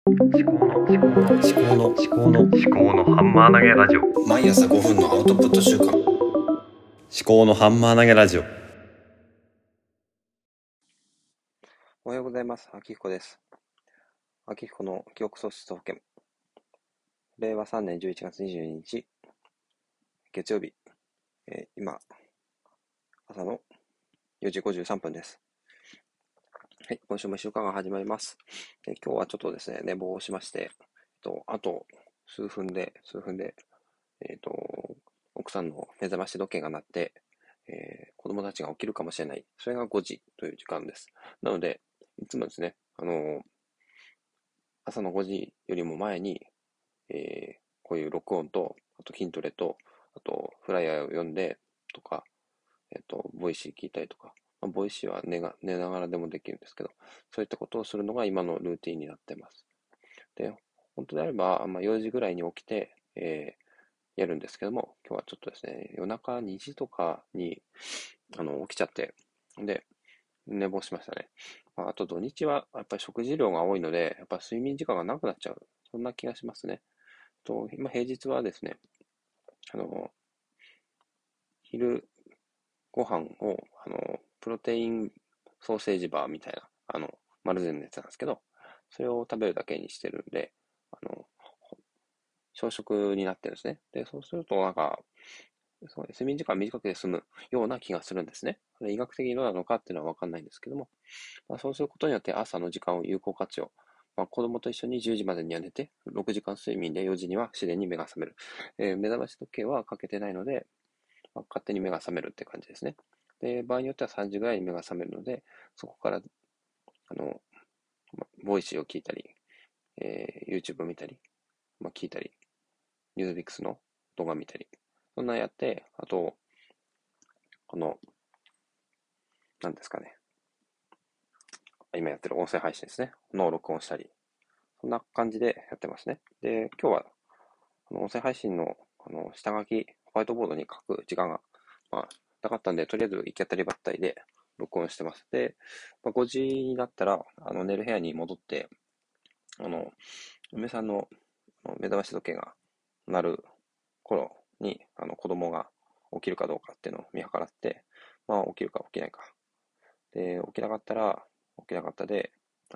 思考のハンマー投げラジオ。 毎朝5分のアウトプット週間。 思考のハンマー投げラジオ。 おはようございます。秋彦です。秋彦の記憶喪失保険。令和3年11月22日、月曜日。今、朝の4時53分です。はい、今週も1週間が始まります。今日はちょっとですね、寝坊しまして、あと数分で、奥さんの目覚まし時計が鳴って、子供たちが起きるかもしれない。それが5時という時間です。なので、いつもですね、朝の5時よりも前に、こういう録音と、あと筋トレと、あとフライヤーを読んでとか、ボイシー聞いたりとか、ボイシーは寝ながらでもできるんですけど、そういったことをするのが今のルーティンになっています。で、本当であれば、4時ぐらいに起きて、やるんですけども、今日はちょっとですね、夜中2時とかに、起きちゃって、で、寝坊しましたね。あと土日はやっぱり食事量が多いので、やっぱ睡眠時間が長くなっちゃう。そんな気がしますね。今平日はですね、昼ご飯を、プロテインソーセージバーみたいな、丸善のやつなんですけど、それを食べるだけにしてるんで、小食になってるんですね。で、そうするとそう睡眠時間短くで済むような気がするんですね。医学的にどうなのかっていうのはわかんないんですけども、そうすることによって朝の時間を有効活用。子供と一緒に10時までには寝て、6時間睡眠で4時には自然に目が覚める。目覚まし時計はかけてないので、勝手に目が覚めるって感じですね。で、場合によっては3時ぐらいに目が覚めるので、そこから、ボイシーを聞いたり、YouTube を見たり、聞いたり、ニュースビックスの動画見たり、そんなやって、あと、何ですかね。今やってる音声配信ですね。の録音したり、そんな感じでやってますね。で、今日は、音声配信の、下書き、ホワイトボードに書く時間が、なかったんで、とりあえず行き当たりばったりで録音してます。で、5時になったら、寝る部屋に戻って、嫁さんの目覚まし時計が鳴る頃に、子供が起きるかどうかっていうのを見計らって、起きるか起きないか。で、起きなかったら、起きなかったで、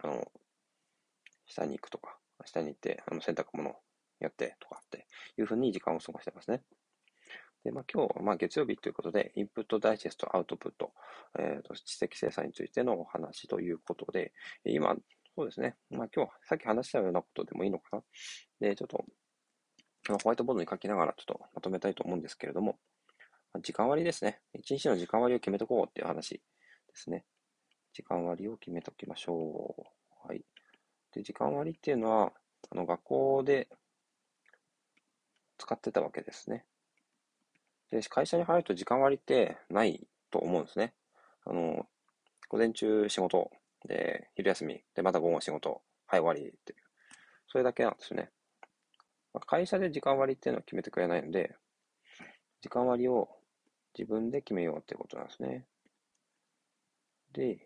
下に行くとか、下に行って、洗濯物やってとかっていうふうに時間を過ごしてますね。で、今日は月曜日ということで、インプットダイジェスト、アウトプット、知的生産についてのお話ということで、今、そうですね、今日さっき話したようなことでもいいのかな。で、ちょっと、ホワイトボードに書きながらちょっとまとめたいと思うんですけれども、時間割ですね。一日の時間割を決めとこうっていう話ですね。時間割を決めときましょう。はい。で、時間割っていうのは、学校で使ってたわけですね。で、会社に入ると時間割ってないと思うんですね。午前中仕事、で、昼休み、で、また午後仕事、はい、終わりっていう。それだけなんですね。会社で時間割っていうのを決めてくれないので、時間割を自分で決めようっていうことなんですね。で、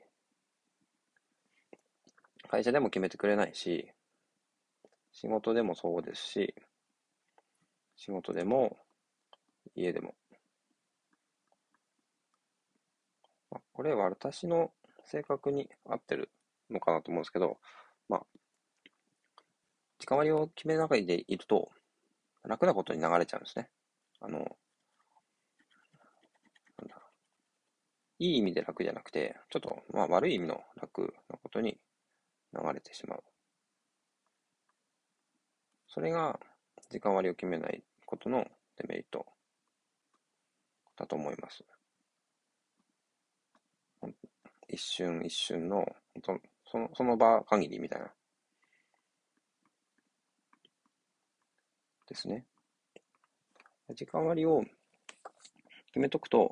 会社でも決めてくれないし、仕事でもそうですし、仕事でも家でも。これは私の性格に合ってるのかなと思うんですけど、時間割を決めないでいると、楽なことに流れちゃうんですね。いい意味で楽じゃなくて、ちょっと、悪い意味の楽なことに流れてしまう。それが、時間割を決めないことのデメリットだと思います。一瞬一瞬の、その場限りみたいな。ですね。時間割を決めとくと、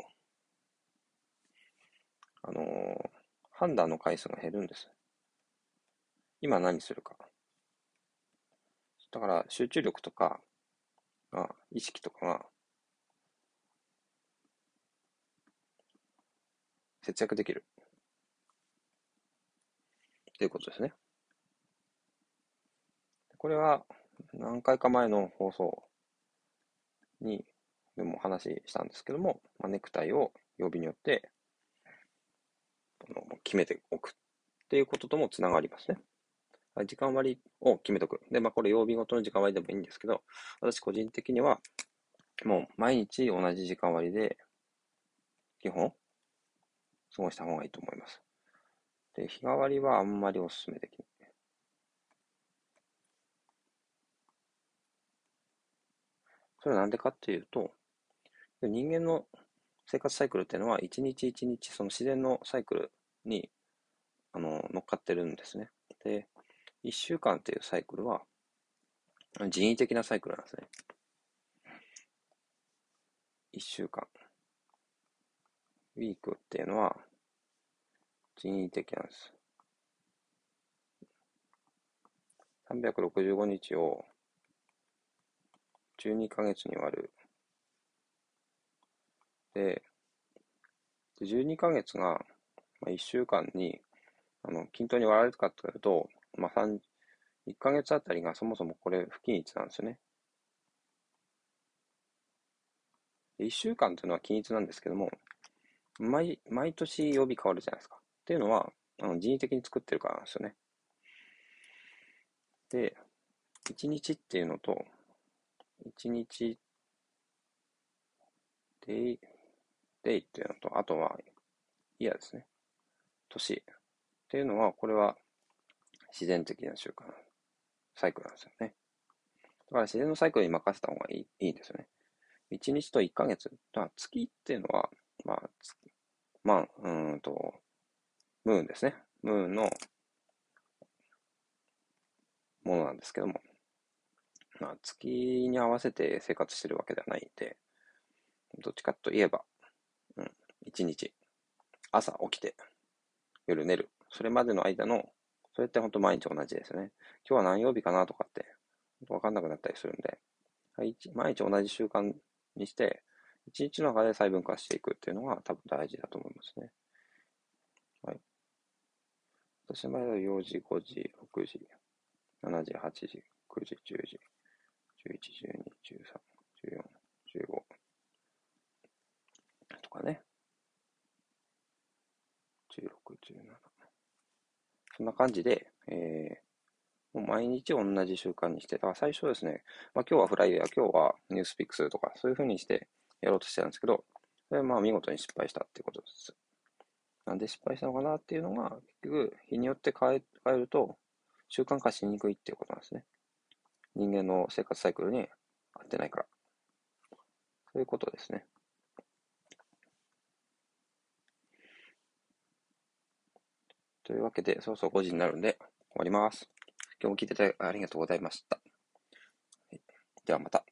判断の回数が減るんです。今何するか。だから集中力とか、意識とかが節約できるということですね。 これは何回か前の放送にでも話したんですけども、ネクタイを曜日によって決めておくっていうことともつながりますね。時間割を決めとく。で、これ曜日ごとの時間割でもいいんですけど、私個人的にはもう毎日同じ時間割で基本過ごした方がいいと思います。で、日替わりはあんまりお勧めできない。それはなんでかっていうと、人間の生活サイクルっていうのは一日一日その自然のサイクルに乗っかってるんですね。で、一週間っていうサイクルは人為的なサイクルなんですね。一週間。ウィークっていうのは人為的なんです。365日を12ヶ月に割る。で、12ヶ月が1週間に均等に割られるかというと、1ヶ月あたりがそもそもこれ不均一なんですよね。1週間というのは均一なんですけども、毎年曜日変わるじゃないですか。っていうのは、人為的に作ってるからなんですよね。で、1日っていうのと、1日デイっていうのと、あとはイヤーですね。年っていうのは、これは自然的な習慣、サイクルなんですよね。だから自然のサイクルに任せた方がいいんですよね。1日と1ヶ月。だから月っていうのは、ムーンですね。ムーンのものなんですけども、月に合わせて生活してるわけではないんで、どっちかといえば、1日、朝起きて、夜寝る。それまでの間の、それって本当毎日同じですよね。今日は何曜日かなとかって、わかんなくなったりするんで、毎日同じ習慣にして、1日の中で細分化していくっていうのが多分大事だと思いますね。はい。私の場合は4時、5時、6時、7時、8時、9時、10時、11、12、13、14、15とかね。16、17。そんな感じで、もう毎日同じ習慣にして、だから最初ですね、今日はフライヤー、今日はニュースピックスとか、そういう風にしてやろうとしてたんですけど、それは見事に失敗したっていうことです。なんで失敗したのかなっていうのが、結局、日によって変えると、習慣化しにくいっていうことなんですね。人間の生活サイクルに合ってないから。そういうことですね。というわけで、そろそろ5時になるんで終わります。今日も聞いていただきありがとうございました。ではまた。